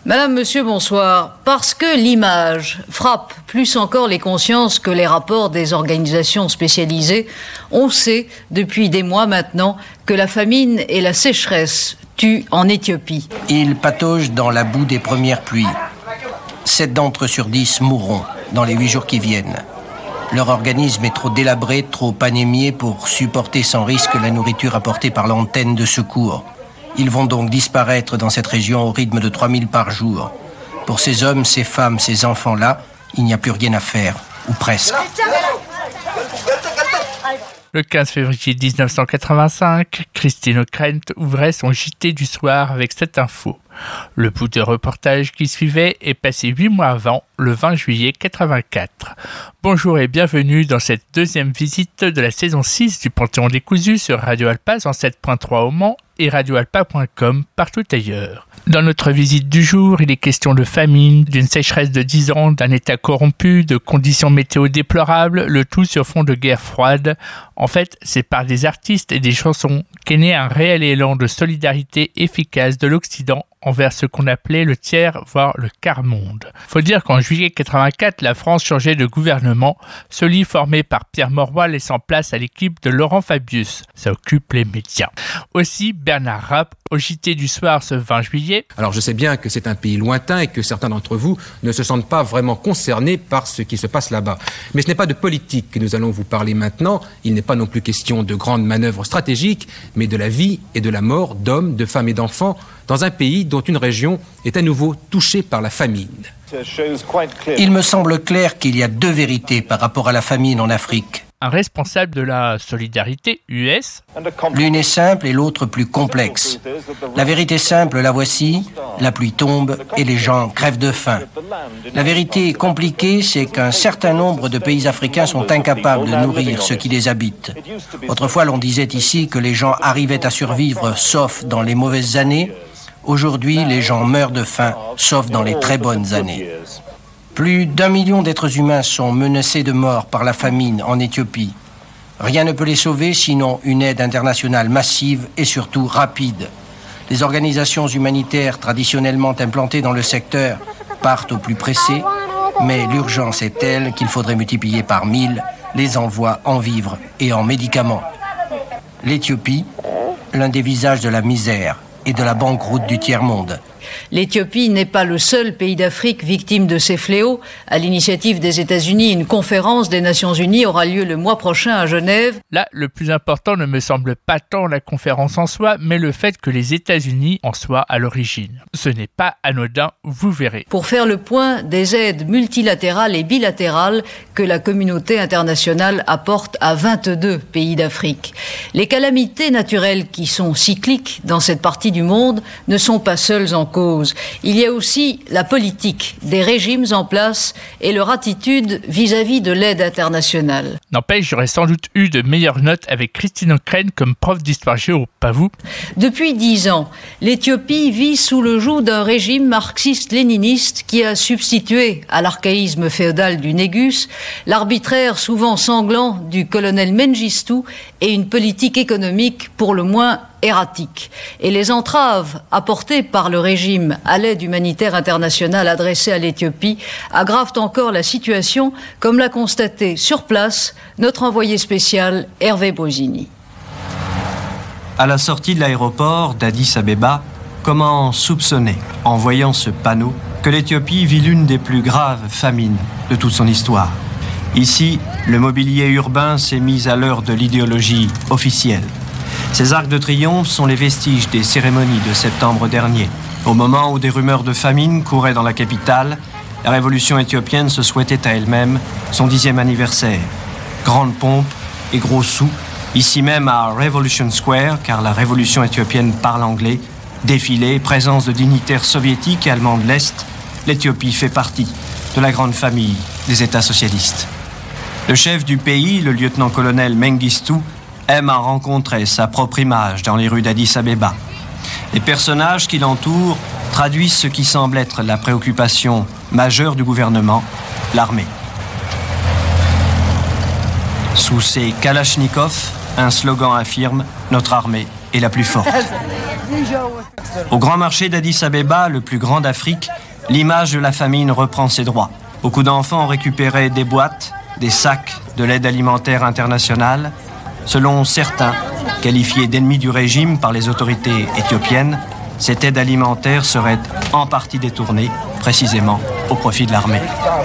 Madame, monsieur, bonsoir. Parce que l'image frappe plus encore les consciences que les rapports des organisations spécialisées, on sait depuis des mois maintenant que la famine et la sécheresse tuent en Éthiopie. Ils pataugent dans la boue des premières pluies. 7 d'entre eux sur 10 mourront dans les 8 jours qui viennent. Leur organisme est trop délabré, trop anémié pour supporter sans risque la nourriture apportée par l'antenne de secours. Ils vont donc disparaître dans cette région au rythme de 3000 par jour. Pour ces hommes, ces femmes, ces enfants-là, il n'y a plus rien à faire, ou presque. Le 15 février 1985, Christine O'Krent ouvrait son JT du soir avec cette info. Le bout de reportage qui suivait est passé 8 mois avant, le 20 juillet 84. Bonjour et bienvenue dans cette deuxième visite de la saison 6 du Panthéon décousu sur Radio Alpa 107.3 au Mans et radioalpa.com partout ailleurs. Dans notre visite du jour, il est question de famine, d'une sécheresse de 10 ans, d'un état corrompu, de conditions météo déplorables, le tout sur fond de guerre froide. En fait, c'est par des artistes et des chansons qu'est né un réel élan de solidarité efficace de l'Occident envers ce qu'on appelait le tiers, voire le quart-monde. Faut dire qu'en juillet 84, la France changeait de gouvernement, celui formé par Pierre Mauroy laissant place à l'équipe de Laurent Fabius. Ça occupe les médias. Aussi, Bernard Rapp, au JT du soir ce 20 juillet. Alors je sais bien que c'est un pays lointain et que certains d'entre vous ne se sentent pas vraiment concernés par ce qui se passe là-bas. Mais ce n'est pas de politique que nous allons vous parler maintenant. Il n'est pas non plus question de grandes manœuvres stratégiques, mais de la vie et de la mort d'hommes, de femmes et d'enfants dans un pays dont une région est à nouveau touchée par la famine. Il me semble clair qu'il y a 2 vérités par rapport à la famine en Afrique. Un responsable de la solidarité US. L'une est simple et l'autre plus complexe. La vérité simple, la voici, la pluie tombe et les gens crèvent de faim. La vérité compliquée, c'est qu'un certain nombre de pays africains sont incapables de nourrir ceux qui les habitent. Autrefois, l'on disait ici que les gens arrivaient à survivre sauf dans les mauvaises années. Aujourd'hui, les gens meurent de faim, sauf dans les très bonnes années. Plus d'1 million d'êtres humains sont menacés de mort par la famine en Éthiopie. Rien ne peut les sauver sinon une aide internationale massive et surtout rapide. Les organisations humanitaires traditionnellement implantées dans le secteur partent au plus pressé, mais l'urgence est telle qu'il faudrait multiplier par 1000 les envois en vivres et en médicaments. L'Éthiopie, l'un des visages de la misère et de la banqueroute du tiers-monde. L'Éthiopie n'est pas le seul pays d'Afrique victime de ces fléaux. À l'initiative des États-Unis, une conférence des Nations Unies aura lieu le mois prochain à Genève. Là, le plus important ne me semble pas tant la conférence en soi, mais le fait que les États-Unis en soient à l'origine. Ce n'est pas anodin, vous verrez. Pour faire le point des aides multilatérales et bilatérales que la communauté internationale apporte à 22 pays d'Afrique. Les calamités naturelles qui sont cycliques dans cette partie du monde ne sont pas seules en cause. Il y a aussi la politique des régimes en place et leur attitude vis-à-vis de l'aide internationale. N'empêche, j'aurais sans doute eu de meilleures notes avec Christine O'Krent comme prof d'histoire géo, pas vous ? Depuis 10 ans, l'Éthiopie vit sous le joug d'un régime marxiste-léniniste qui a substitué à l'archaïsme féodal du Négus l'arbitraire souvent sanglant du colonel Mengistu et une politique économique pour le moins erratique. Et les entraves apportées par le régime à l'aide humanitaire internationale adressée à l'Éthiopie aggravent encore la situation, comme l'a constaté sur place notre envoyé spécial Hervé Brusini. À la sortie de l'aéroport d'Addis Abeba, comment soupçonner, en voyant ce panneau, que l'Éthiopie vit l'une des plus graves famines de toute son histoire. Ici, le mobilier urbain s'est mis à l'heure de l'idéologie officielle. Ces arcs de triomphe sont les vestiges des cérémonies de septembre dernier. Au moment où des rumeurs de famine couraient dans la capitale, la révolution éthiopienne se souhaitait à elle-même son 10e anniversaire. Grande pompe et gros sous, ici même à Revolution Square, car la révolution éthiopienne parle anglais, défilé, présence de dignitaires soviétiques et allemands de l'Est, l'Éthiopie fait partie de la grande famille des États socialistes. Le chef du pays, le lieutenant-colonel Mengistu, aime à rencontrer sa propre image dans les rues d'Addis Abeba. Les personnages qui l'entourent traduisent ce qui semble être la préoccupation majeure du gouvernement, l'armée. Sous ces kalachnikovs, un slogan affirme « Notre armée est la plus forte ». Au grand marché d'Addis Abeba, le plus grand d'Afrique, l'image de la famine reprend ses droits. Beaucoup d'enfants ont récupéré des boîtes, des sacs de l'aide alimentaire internationale. Selon certains, qualifiés d'ennemis du régime par les autorités éthiopiennes, cette aide alimentaire serait en partie détournée, précisément au profit de l'armée.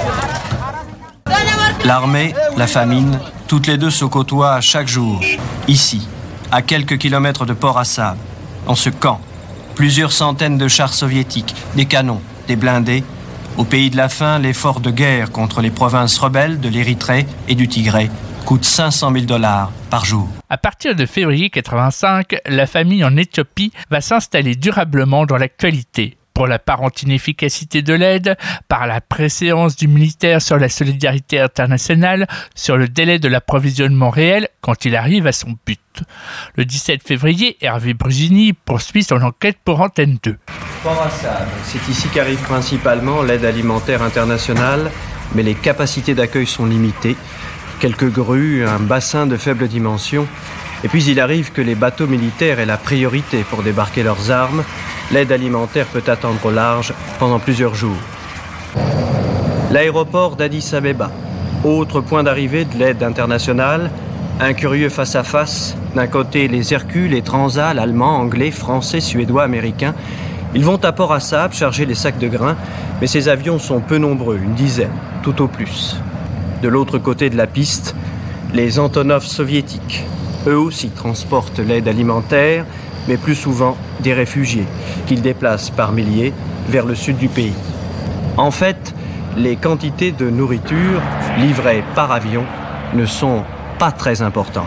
L'armée, la famine, toutes les deux se côtoient chaque jour. Ici, à quelques kilomètres de Port Assab, dans ce camp, plusieurs centaines de chars soviétiques, des canons, des blindés. Au pays de la faim, l'effort de guerre contre les provinces rebelles de l'Érythrée et du Tigré coûte $500 000 par jour. À partir de février 85, la famine en Éthiopie va s'installer durablement dans l'actualité. Pour la apparente inefficacité de l'aide, par la préséance du militaire sur la solidarité internationale, sur le délai de l'approvisionnement réel quand il arrive à son but. Le 17 février, Hervé Brugini poursuit son enquête pour Antenne 2. Port Assab, c'est ici qu'arrive principalement l'aide alimentaire internationale, mais les capacités d'accueil sont limitées. Quelques grues, un bassin de faible dimension. Et puis il arrive que les bateaux militaires aient la priorité pour débarquer leurs armes. L'aide alimentaire peut attendre au large pendant plusieurs jours. L'aéroport d'Addis Abeba, autre point d'arrivée de l'aide internationale, un curieux face-à-face, d'un côté les Hercules, les Transat, allemands, anglais, français, suédois, américains. Ils vont à Port Assab chercher les sacs de grains, mais ces avions sont peu nombreux, une dizaine, tout au plus. De l'autre côté de la piste, les Antonov soviétiques. Eux aussi transportent l'aide alimentaire, mais plus souvent des réfugiés, qu'ils déplacent par milliers vers le sud du pays. En fait, les quantités de nourriture livrées par avion ne sont pas très importantes.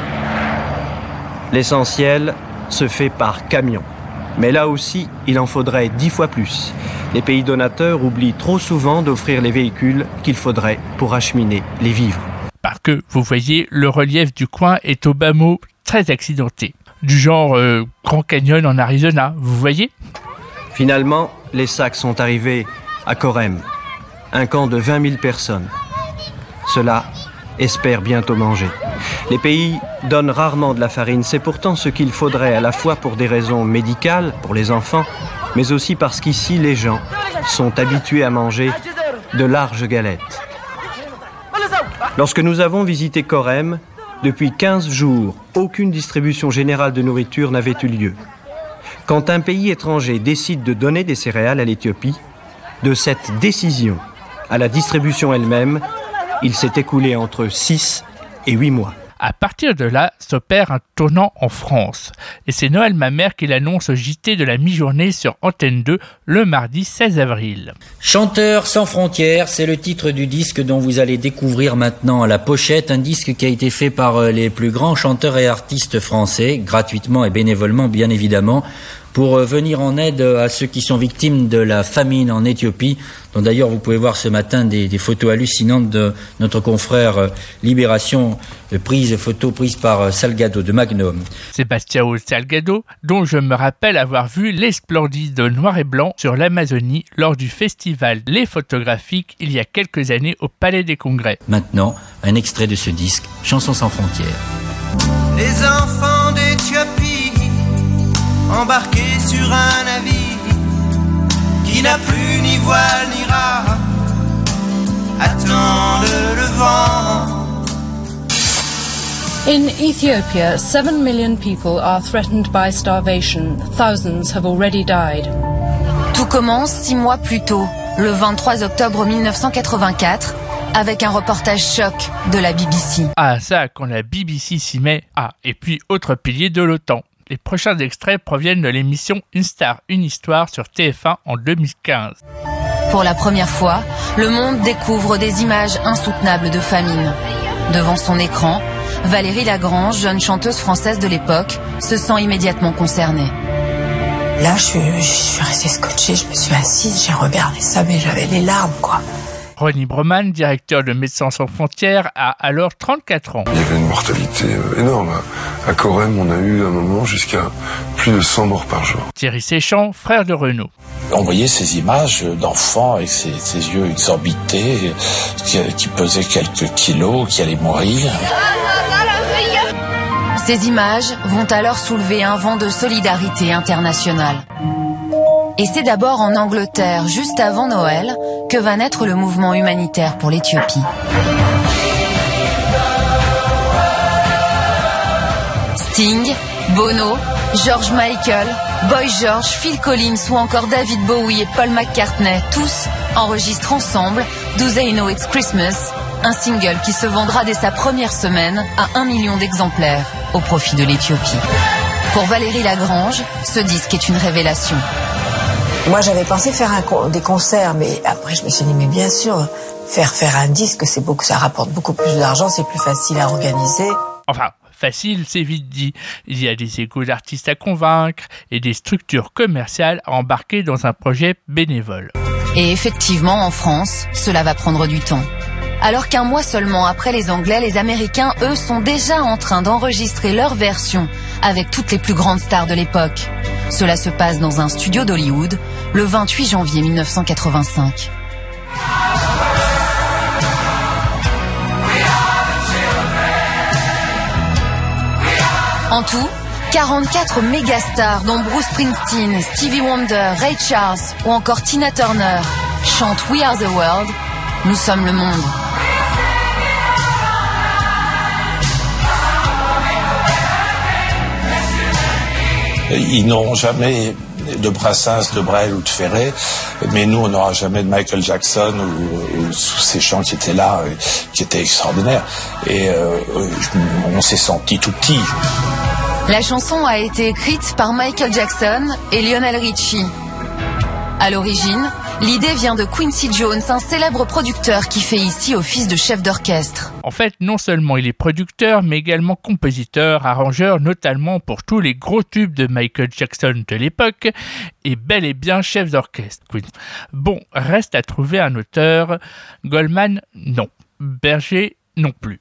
L'essentiel se fait par camion. Mais là aussi, il en faudrait 10 fois plus. Les pays donateurs oublient trop souvent d'offrir les véhicules qu'il faudrait pour acheminer les vivres. Parce que, vous voyez, le relief du coin est au bas mot très accidenté. Du genre Grand Canyon en Arizona, vous voyez ? Finalement, les sacs sont arrivés à Korem, un camp de 20 000 personnes. Ceux-là espèrent bientôt manger. Les pays donnent rarement de la farine, c'est pourtant ce qu'il faudrait à la fois pour des raisons médicales, pour les enfants, mais aussi parce qu'ici, les gens sont habitués à manger de larges galettes. Lorsque nous avons visité Korem, depuis 15 jours, aucune distribution générale de nourriture n'avait eu lieu. Quand un pays étranger décide de donner des céréales à l'Éthiopie, de cette décision à la distribution elle-même, il s'est écoulé entre 6 et 8 mois. À partir de là, s'opère un tournant en France. Et c'est Noël Mamère qui l'annonce au JT de la mi-journée sur Antenne 2 le mardi 16 avril. Chanteurs sans frontières, c'est le titre du disque dont vous allez découvrir maintenant la pochette. Un disque qui a été fait par les plus grands chanteurs et artistes français, gratuitement et bénévolement bien évidemment, pour venir en aide à ceux qui sont victimes de la famine en Éthiopie, dont d'ailleurs vous pouvez voir ce matin des photos hallucinantes de notre confrère Libération, photos prises par Salgado de Magnum. Sébastien Salgado, dont je me rappelle avoir vu les splendides noir et blanc sur l'Amazonie lors du festival Les Photographiques il y a quelques années au Palais des Congrès. Maintenant, un extrait de ce disque, Chansons sans frontières. Les enfants d'Éthiopie embarqués sur un navire qui n'a plus ni voile ni rame, attendent le vent. In Ethiopia, 7 million people are threatened by starvation. Thousands have already died. Tout commence 6 mois plus tôt, le 23 octobre 1984, avec un reportage choc de la BBC. Ah ça, quand la BBC s'y met. Ah, et puis autre pilier de l'OTAN. Les prochains extraits proviennent de l'émission Une star, une histoire sur TF1 en 2015. Pour la première fois, le monde découvre des images insoutenables de famine. Devant son écran, Valérie Lagrange, jeune chanteuse française de l'époque, se sent immédiatement concernée. Là, je suis restée scotchée, je me suis assise, j'ai regardé ça, mais j'avais les larmes, quoi. Ronnie Broman, directeur de Médecins sans frontières, a alors 34 ans. Il y avait une mortalité énorme. À Korem, on a eu un moment jusqu'à plus de 100 morts par jour. Thierry Séchant, frère de Renaud. On voyait ces images d'enfants avec ces yeux exorbités, qui pesaient quelques kilos, qui allaient mourir. Ces images vont alors soulever un vent de solidarité internationale. Et c'est d'abord en Angleterre, juste avant Noël, que va naître le mouvement humanitaire pour l'Éthiopie. Sting, Bono, George Michael, Boy George, Phil Collins ou encore David Bowie et Paul McCartney, tous enregistrent ensemble Do They Know It's Christmas, un single qui se vendra dès sa première semaine à 1 million d'exemplaires au profit de l'Éthiopie. Pour Valérie Lagrange, ce disque est une révélation. Moi, j'avais pensé faire des concerts, mais après, je me suis dit, mais bien sûr, faire un disque, ça rapporte beaucoup plus d'argent, c'est plus facile à organiser. Enfin, facile, c'est vite dit. Il y a des égos d'artistes à convaincre et des structures commerciales à embarquer dans un projet bénévole. Et effectivement, en France, cela va prendre du temps. Alors qu'un mois seulement après les Anglais, les Américains, eux, sont déjà en train d'enregistrer leur version avec toutes les plus grandes stars de l'époque. Cela se passe dans un studio d'Hollywood, le 28 janvier 1985. En tout, 44 mégastars dont Bruce Springsteen, Stevie Wonder, Ray Charles ou encore Tina Turner chantent We Are the World, nous sommes le monde. Ils n'auront jamais de Brassens, de Brel ou de Ferré, mais nous, on n'aura jamais de Michael Jackson ou ces chants qui étaient là, qui étaient extraordinaires. Et on s'est senti tout petit. La chanson a été écrite par Michael Jackson et Lionel Richie. À l'origine, l'idée vient de Quincy Jones, un célèbre producteur qui fait ici office de chef d'orchestre. En fait, non seulement il est producteur, mais également compositeur, arrangeur, notamment pour tous les gros tubes de Michael Jackson de l'époque, et bel et bien chef d'orchestre. Bon, reste à trouver un auteur. Goldman, non. Berger, non plus.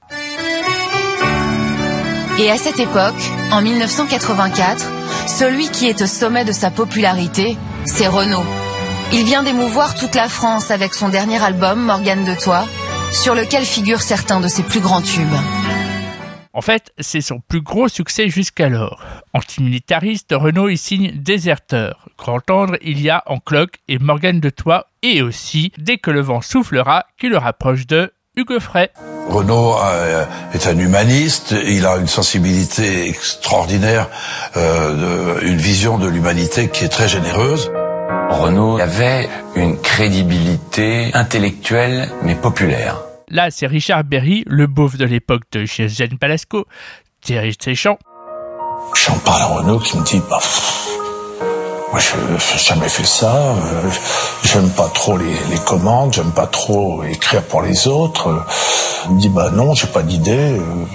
Et à cette époque, en 1984, celui qui est au sommet de sa popularité, c'est Renaud. Il vient d'émouvoir toute la France avec son dernier album, Morgane de Toi, sur lequel figurent certains de ses plus grands tubes. En fait, c'est son plus gros succès jusqu'alors. Antimilitariste, Renaud y signe Déserteur. Grand tendre, il y a En Cloque et Morgane de Toi, et aussi Dès que le vent soufflera, qui le rapproche de Hugues Frey. Renaud est un humaniste, il a une sensibilité extraordinaire, une vision de l'humanité qui est très généreuse. Renaud avait une crédibilité intellectuelle mais populaire. Là, c'est Richard Berry, le beauf de l'époque de Eugène Palasco, Thierry Séchant. J'en parle à Renaud qui me dit, moi je n'ai jamais fait ça, j'aime pas trop les commandes, j'aime pas trop écrire pour les autres. Il me dit, non, j'ai pas d'idée,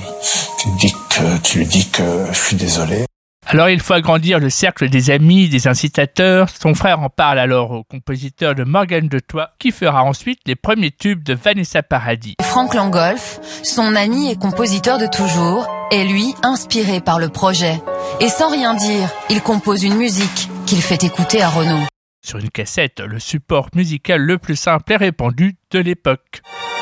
tu lui dis que je suis désolé. Alors il faut agrandir le cercle des amis, des incitateurs. Son frère en parle alors au compositeur de Morgane de Toi, qui fera ensuite les premiers tubes de Vanessa Paradis. Franck Langolf, son ami et compositeur de toujours, est lui inspiré par le projet. Et sans rien dire, il compose une musique qu'il fait écouter à Renaud. Sur une cassette, le support musical le plus simple et répandu de l'époque.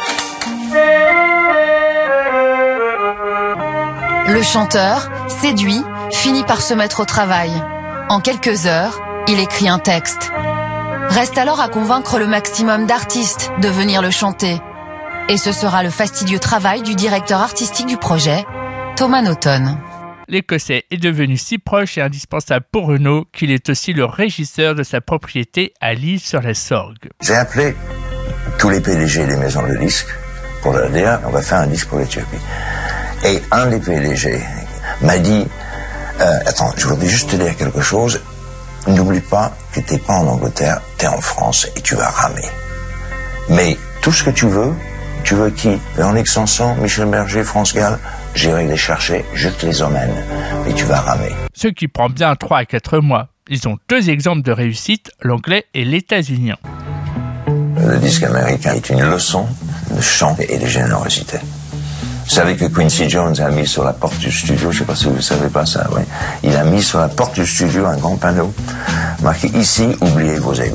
Le chanteur, séduit, finit par se mettre au travail. En quelques heures, il écrit un texte. Reste alors à convaincre le maximum d'artistes de venir le chanter. Et ce sera le fastidieux travail du directeur artistique du projet, Thomas Naughton. L'Écossais est devenu si proche et indispensable pour Renaud qu'il est aussi le régisseur de sa propriété à L'Isle-sur-la-Sorgue. J'ai appelé tous les PDG des maisons de disques pour leur dire on va faire un disque pour l'Éthiopie. Et un des PDG m'a dit attends, je voudrais juste te dire quelque chose. N'oublie pas que t'es pas en Angleterre, t'es en France et tu vas ramer. Mais tout ce que tu veux qui Véronique Sanson, Michel Berger, France Gall, j'irai les chercher, je te les emmène. Et tu vas ramer. Ce qui prend bien 3 à 4 mois. Ils ont 2 exemples de réussite, l'anglais et l'états-unien. Le disque américain est une leçon de chant et de générosité. Vous savez que Quincy Jones a mis sur la porte du studio, je ne sais pas si vous ne savez pas ça, oui. Il a mis sur la porte du studio un grand panneau marqué « Ici, oubliez vos égos ».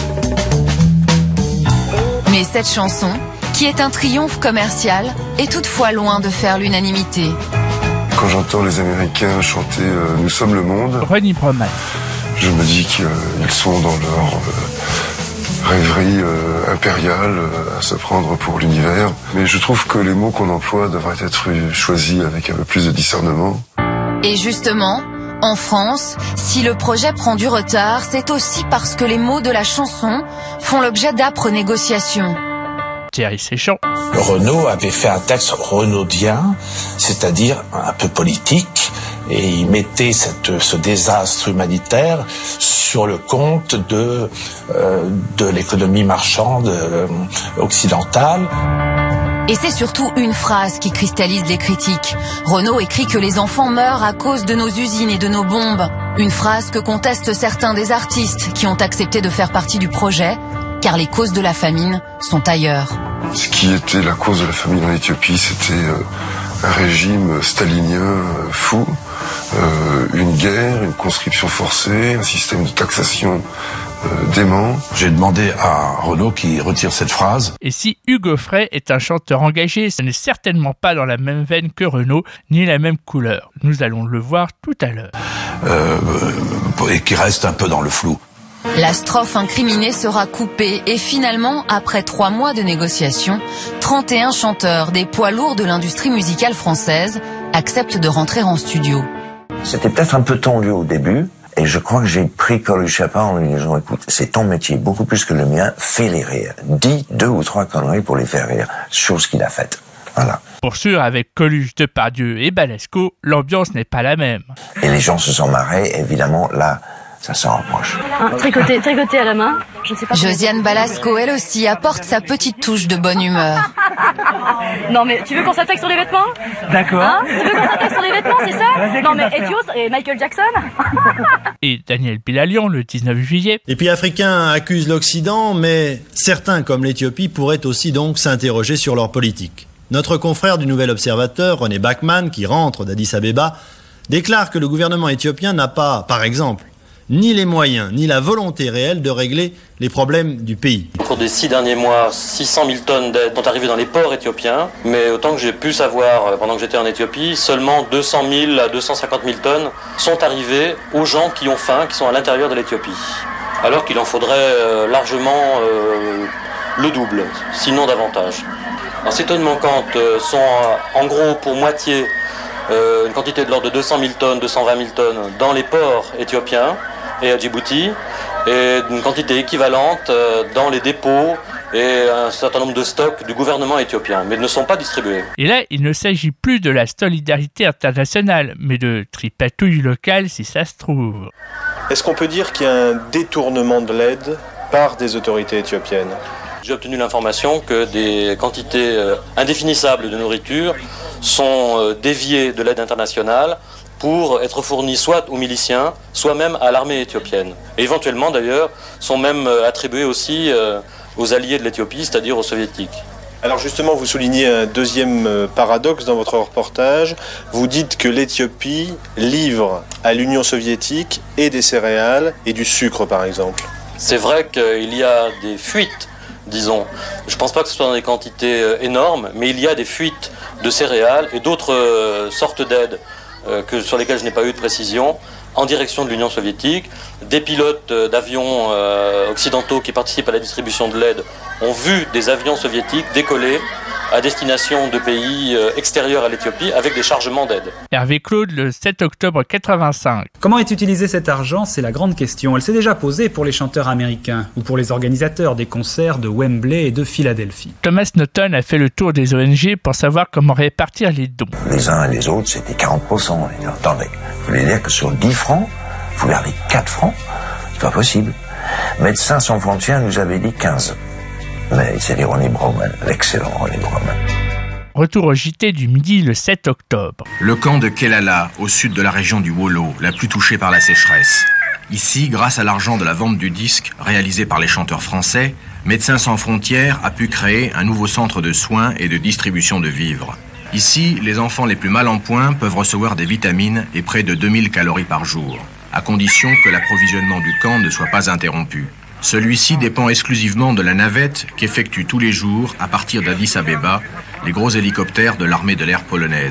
Mais cette chanson, qui est un triomphe commercial, est toutefois loin de faire l'unanimité. Quand j'entends les Américains chanter « Nous sommes le monde », René Broman. Je me dis qu'ils sont dans leur rêverie impériale à se prendre pour l'univers. Mais je trouve que les mots qu'on emploie devraient être choisis avec un peu plus de discernement. Et justement, en France, si le projet prend du retard, c'est aussi parce que les mots de la chanson font l'objet d'âpres négociations. Thierry Séchant. Renaud avait fait un texte renaudien, c'est-à-dire un peu politique, et il mettait ce désastre humanitaire sur le compte de l'économie marchande occidentale. Et c'est surtout une phrase qui cristallise les critiques. Renaud écrit que les enfants meurent à cause de nos usines et de nos bombes. Une phrase que contestent certains des artistes qui ont accepté de faire partie du projet, car les causes de la famine sont ailleurs. Ce qui était la cause de la famine en Éthiopie, c'était un régime stalinien fou, une guerre, une conscription forcée, un système de taxation dément. J'ai demandé à Renaud qu'il retire cette phrase. Et si Hugo Frey est un chanteur engagé, ce n'est certainement pas dans la même veine que Renaud, ni la même couleur. Nous allons le voir tout à l'heure. Et qui reste un peu dans le flou. La strophe incriminée sera coupée et finalement, après 3 mois de négociations, 31 chanteurs des poids lourds de l'industrie musicale française acceptent de rentrer en studio. C'était peut-être un peu tendu au début, et je crois que j'ai pris Coluche à part en lui disant, écoute, c'est ton métier, beaucoup plus que le mien, fais-les rire. Dis 2 ou 3 conneries pour les faire rire, chose qu'il a faite. Voilà. Pour sûr, avec Coluche, Depardieu et Balasco, l'ambiance n'est pas la même. Et les gens se sont marrés, évidemment, là, ça s'en rapproche. Tricoté à la main. Je sais pas. Josiane Balasco, elle aussi, apporte sa petite touche de bonne humeur. Non mais tu veux qu'on s'attaque sur les vêtements? D'accord. Hein, tu veux qu'on s'attaque sur les vêtements, c'est ça? Non mais Etios et Michael Jackson. Et Daniel Bilalian, le 19 juillet. Les pays africains accusent l'Occident, mais certains, comme l'Éthiopie, pourraient aussi donc s'interroger sur leur politique. Notre confrère du Nouvel Observateur, René Bachmann, qui rentre d'Addis Abeba, déclare que le gouvernement éthiopien n'a pas, par exemple, ni les moyens, ni la volonté réelle de régler les problèmes du pays. Au cours des 6 derniers mois, 600 000 tonnes d'aide sont arrivées dans les ports éthiopiens, mais autant que j'ai pu savoir pendant que j'étais en Éthiopie, seulement 200 000 à 250 000 tonnes sont arrivées aux gens qui ont faim, qui sont à l'intérieur de l'Éthiopie. Alors qu'il en faudrait largement le double, sinon davantage. Alors, ces tonnes manquantes sont en gros pour moitié une quantité de l'ordre de 200 000 tonnes, 220 000 tonnes dans les ports éthiopiens et à Djibouti, et une quantité équivalente dans les dépôts et un certain nombre de stocks du gouvernement éthiopien, mais ne sont pas distribués. Et là, il ne s'agit plus de la solidarité internationale, mais de tripatouille locale si ça se trouve. Est-ce qu'on peut dire qu'il y a un détournement de l'aide par des autorités éthiopiennes ? J'ai obtenu l'information que des quantités indéfinissables de nourriture sont déviées de l'aide internationale pour être fournies soit aux miliciens, soit même à l'armée éthiopienne. Et éventuellement d'ailleurs sont même attribuées aussi aux alliés de l'Éthiopie, c'est-à-dire aux soviétiques. Alors justement, vous soulignez un deuxième paradoxe dans votre reportage. Vous dites que l'Éthiopie livre à l'Union soviétique et des céréales et du sucre par exemple. C'est vrai qu'il y a des fuites, disons. Je ne pense pas que ce soit dans des quantités énormes, mais il y a des fuites de céréales et d'autres sortes d'aides sur lesquelles je n'ai pas eu de précision, en direction de l'Union soviétique. Des pilotes d'avions occidentaux qui participent à la distribution de l'aide ont vu des avions soviétiques décoller à destination de pays extérieurs à l'Éthiopie avec des chargements d'aide. Hervé Claude, le 7 octobre 85. Comment est utilisé cet argent? C'est la grande question. Elle s'est déjà posée pour les chanteurs américains ou pour les organisateurs des concerts de Wembley et de Philadelphie. Thomas Naughton a fait le tour des ONG pour savoir comment répartir les dons. Les uns et les autres, c'était 40%. Et attendez, vous voulez dire que sur 10 francs, vous gardez 4 francs? C'est pas possible. Médecins sans frontières nous avait dit 15. Mais c'est Ronnie Broman, l'excellent Ronnie Broman. Retour au JT du midi le 7 octobre. Le camp de Kelala, au sud de la région du Wollo, la plus touchée par la sécheresse. Ici, grâce à l'argent de la vente du disque réalisé par les chanteurs français, Médecins sans frontières a pu créer un nouveau centre de soins et de distribution de vivres. Ici, les enfants les plus mal en point peuvent recevoir des vitamines et près de 2000 calories par jour, à condition que l'approvisionnement du camp ne soit pas interrompu. Celui-ci dépend exclusivement de la navette qu'effectuent tous les jours, à partir d'Addis Abeba, les gros hélicoptères de l'armée de l'air polonaise.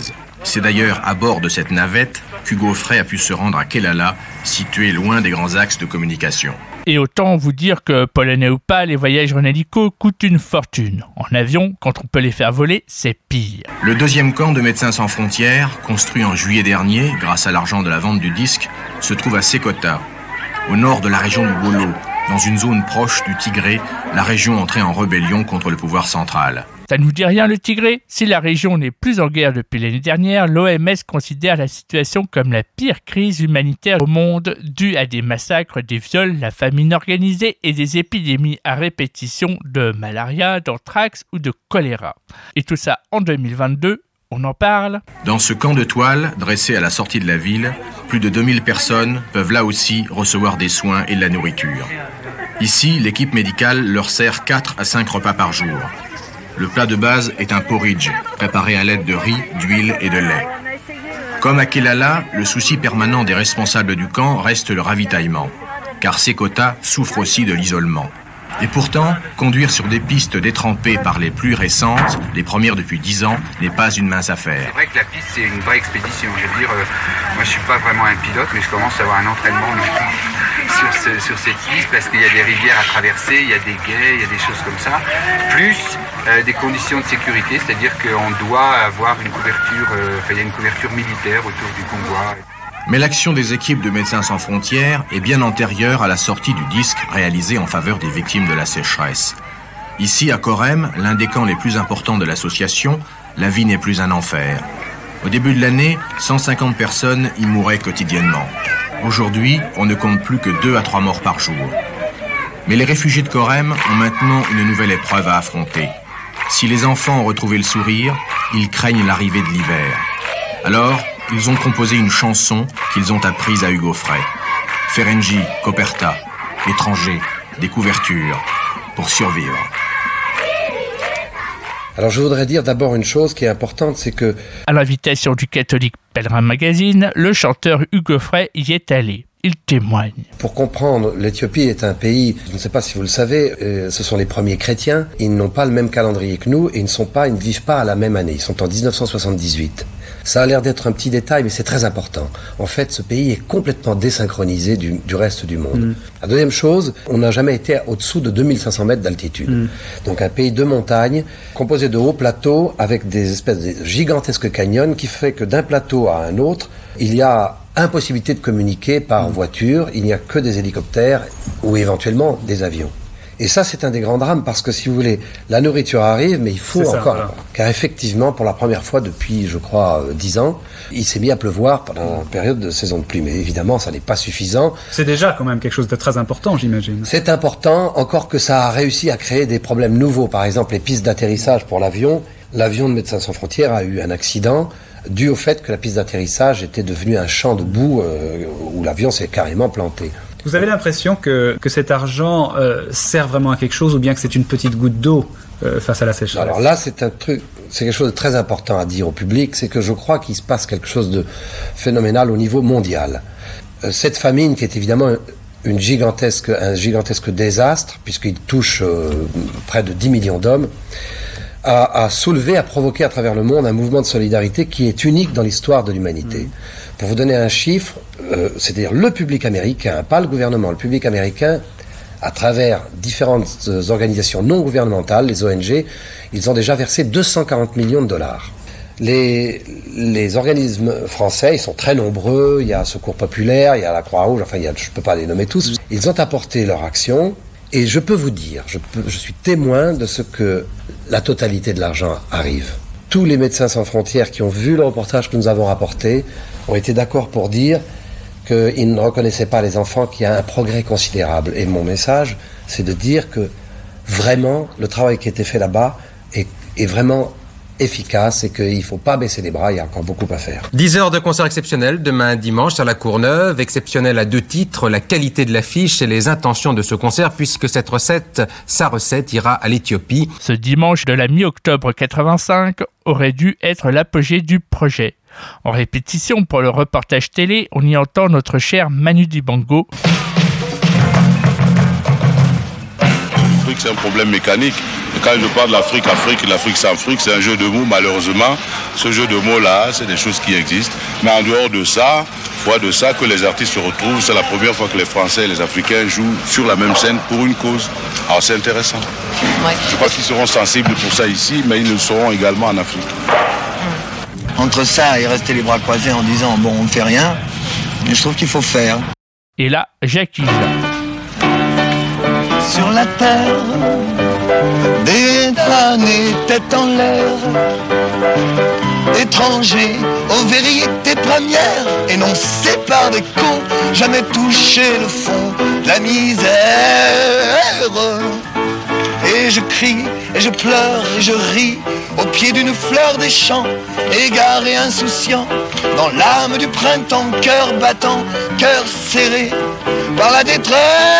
C'est d'ailleurs à bord de cette navette qu'Hugo Frey a pu se rendre à Kélala, situé loin des grands axes de communication. Et autant vous dire que, polonais ou pas, les voyages en hélico coûtent une fortune. En avion, quand on peut les faire voler, c'est pire. Le deuxième camp de Médecins sans frontières, construit en juillet dernier, grâce à l'argent de la vente du disque, se trouve à Sekota, au nord de la région du Wolo, dans une zone proche du Tigré, la région entrée en rébellion contre le pouvoir central. Ça ne vous dit rien le Tigré ? Si la région n'est plus en guerre depuis l'année dernière, l'OMS considère la situation comme la pire crise humanitaire au monde, due à des massacres, des viols, la famine organisée et des épidémies à répétition de malaria, d'anthrax ou de choléra. Et tout ça en 2022, on en parle. Dans ce camp de toile, dressé à la sortie de la ville, plus de 2000 personnes peuvent là aussi recevoir des soins et de la nourriture. Ici, l'équipe médicale leur sert 4 à 5 repas par jour. Le plat de base est un porridge, préparé à l'aide de riz, d'huile et de lait. Comme à Kélala, le souci permanent des responsables du camp reste le ravitaillement, car Sekota souffre aussi de l'isolement. Et pourtant, conduire sur des pistes détrempées par les pluies récentes, les premières depuis 10 ans, n'est pas une mince affaire. C'est vrai que la piste, c'est une vraie expédition. Je veux dire, moi je suis pas vraiment un pilote, mais je commence à avoir un entraînement sur cette piste, parce qu'il y a des rivières à traverser, il y a des guets, il y a des choses comme ça, plus des conditions de sécurité, c'est-à-dire qu'on doit avoir une couverture, il y a une couverture militaire autour du convoi. Mais l'action des équipes de Médecins sans frontières est bien antérieure à la sortie du disque réalisé en faveur des victimes de la sécheresse. Ici, à Korem, l'un des camps les plus importants de l'association, la vie n'est plus un enfer. Au début de l'année, 150 personnes y mouraient quotidiennement. Aujourd'hui, on ne compte plus que 2 à 3 morts par jour. Mais les réfugiés de Korem ont maintenant une nouvelle épreuve à affronter. Si les enfants ont retrouvé le sourire, ils craignent l'arrivée de l'hiver. Alors, ils ont composé une chanson qu'ils ont apprise à Hugo Frey. Ferengi, Coperta, étrangers, des couvertures, pour survivre. Alors je voudrais dire d'abord une chose qui est importante, c'est que... À l'invitation du Catholique Pèlerin Magazine, le chanteur Hugo Frey y est allé. Il témoigne. Pour comprendre, l'Éthiopie est un pays, je ne sais pas si vous le savez, ce sont les premiers chrétiens. Ils n'ont pas le même calendrier que nous et ils ne vivent pas à la même année. Ils sont en 1978. Ça a l'air d'être un petit détail, mais c'est très important. En fait, ce pays est complètement désynchronisé du reste du monde. La deuxième chose, on n'a jamais été au-dessous de 2500 mètres d'altitude. Donc un pays de montagne, composé de hauts plateaux, avec des espèces de gigantesques canyons, qui fait que d'un plateau à un autre, il y a impossibilité de communiquer par voiture, il n'y a que des hélicoptères ou éventuellement des avions. Et ça, c'est un des grands drames parce que, si vous voulez, la nourriture arrive, mais il faut encore. Voilà. Car effectivement, pour la première fois depuis, je crois, 10 ans, il s'est mis à pleuvoir pendant une période de saison de pluie. Mais évidemment, ça n'est pas suffisant. C'est déjà quand même quelque chose de très important, j'imagine. C'est important, encore que ça a réussi à créer des problèmes nouveaux. Par exemple, les pistes d'atterrissage pour l'avion. L'avion de Médecins sans frontières a eu un accident dû au fait que la piste d'atterrissage était devenue un champ de boue où l'avion s'est carrément planté. Vous avez l'impression que cet argent sert vraiment à quelque chose ou bien que c'est une petite goutte d'eau face à la sécheresse? Alors là, c'est quelque chose de très important à dire au public, c'est que je crois qu'il se passe quelque chose de phénoménal au niveau mondial. Cette famine, qui est évidemment un gigantesque désastre, puisqu'il touche près de 10 millions d'hommes, a provoqué à travers le monde un mouvement de solidarité qui est unique dans l'histoire de l'humanité. Pour vous donner un chiffre, c'est-à-dire le public américain, pas le gouvernement, le public américain, à travers différentes organisations non gouvernementales, les ONG, ils ont déjà versé 240 millions de dollars. Les organismes français, ils sont très nombreux, il y a Secours Populaire, il y a la Croix-Rouge, enfin je ne peux pas les nommer tous. Ils ont apporté leur action. Et je peux vous dire, je suis témoin de ce que la totalité de l'argent arrive. Tous les Médecins sans frontières qui ont vu le reportage que nous avons rapporté ont été d'accord pour dire qu'ils ne reconnaissaient pas les enfants, qu'il y a un progrès considérable. Et mon message, c'est de dire que vraiment, le travail qui a été fait là-bas est vraiment efficace et qu'il ne faut pas baisser les bras, il y a encore beaucoup à faire. 10 heures de concert exceptionnel demain dimanche à la Courneuve, exceptionnel à 2 titres, la qualité de l'affiche et les intentions de ce concert, puisque sa recette ira à l'Éthiopie. Ce dimanche de la mi-octobre 85 aurait dû être l'apogée du projet. En répétition pour le reportage télé, on y entend notre cher Manu Dibango. Le truc, c'est un problème mécanique. Et quand je parle de l'Afrique, l'Afrique sans fric, c'est un jeu de mots, malheureusement. Ce jeu de mots-là, c'est des choses qui existent. Mais en dehors de ça, que les artistes se retrouvent, c'est la première fois que les Français et les Africains jouent sur la même scène pour une cause. Alors c'est intéressant. Ouais. Je pense qu'ils seront sensibles pour ça ici, mais ils le seront également en Afrique. Entre ça et rester les bras croisés en disant bon, on ne fait rien, je trouve qu'il faut faire. Et là, Jackie. Sur la terre, des damnés tête en l'air, étrangers aux vérités premières, énoncés par des cons, jamais touché le fond de la misère. Et je crie, et je pleure, et je ris, au pied d'une fleur des champs, égaré, insouciant, dans l'âme du printemps, cœur battant, cœur serré, par la détresse,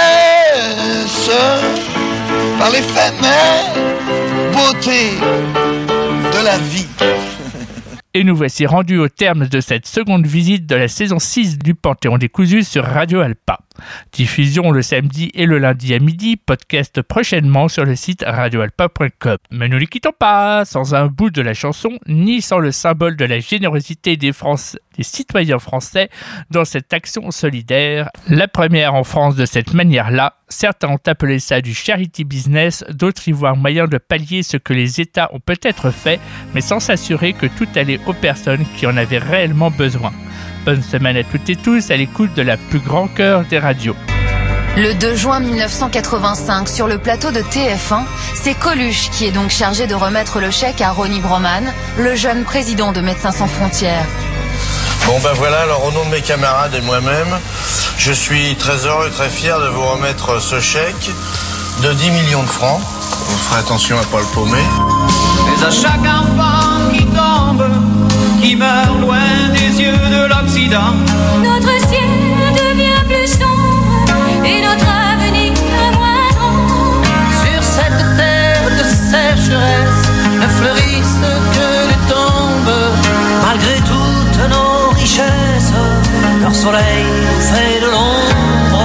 par l'éphémère beauté de la vie. Et nous voici rendus au terme de cette seconde visite de la saison 6 du Panthéon décousu sur Radio Alpa. Diffusion le samedi et le lundi à midi, podcast prochainement sur le site radioalpa.com. Mais ne les quittons pas sans un bout de la chanson, ni sans le symbole de la générosité des citoyens français dans cette action solidaire. La première en France de cette manière-là. Certains ont appelé ça du charity business, d'autres y voient moyen de pallier ce que les États ont peut-être fait, mais sans s'assurer que tout allait aux personnes qui en avaient réellement besoin. Bonne semaine à toutes et tous à l'écoute de la plus grand cœur des radios. Le 2 juin 1985, sur le plateau de TF1, c'est Coluche qui est donc chargé de remettre le chèque à Ronnie Broman, le jeune président de Médecins sans frontières. Bon ben voilà, alors au nom de mes camarades et moi-même, je suis très heureux et très fier de vous remettre ce chèque de 10 millions de francs. Vous ferez attention à ne pas le paumer. Mais à chaque enfant qui tombe, qui meurt loin des yeux de l'Occident, notre ciel devient plus sombre et notre avenir moins grand. Sur cette terre de sécheresse ne fleurissent que les tombes. Malgré toutes nos richesses, leur soleil nous fait de l'ombre.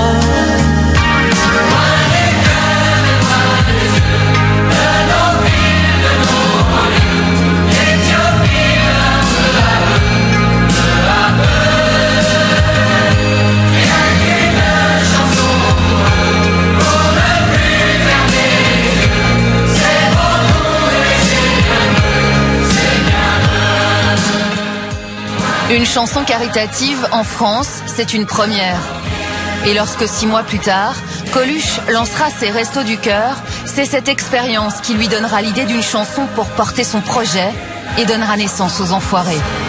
Une chanson caritative en France, c'est une première. Et lorsque 6 mois plus tard, Coluche lancera ses Restos du Cœur, c'est cette expérience qui lui donnera l'idée d'une chanson pour porter son projet et donnera naissance aux Enfoirés.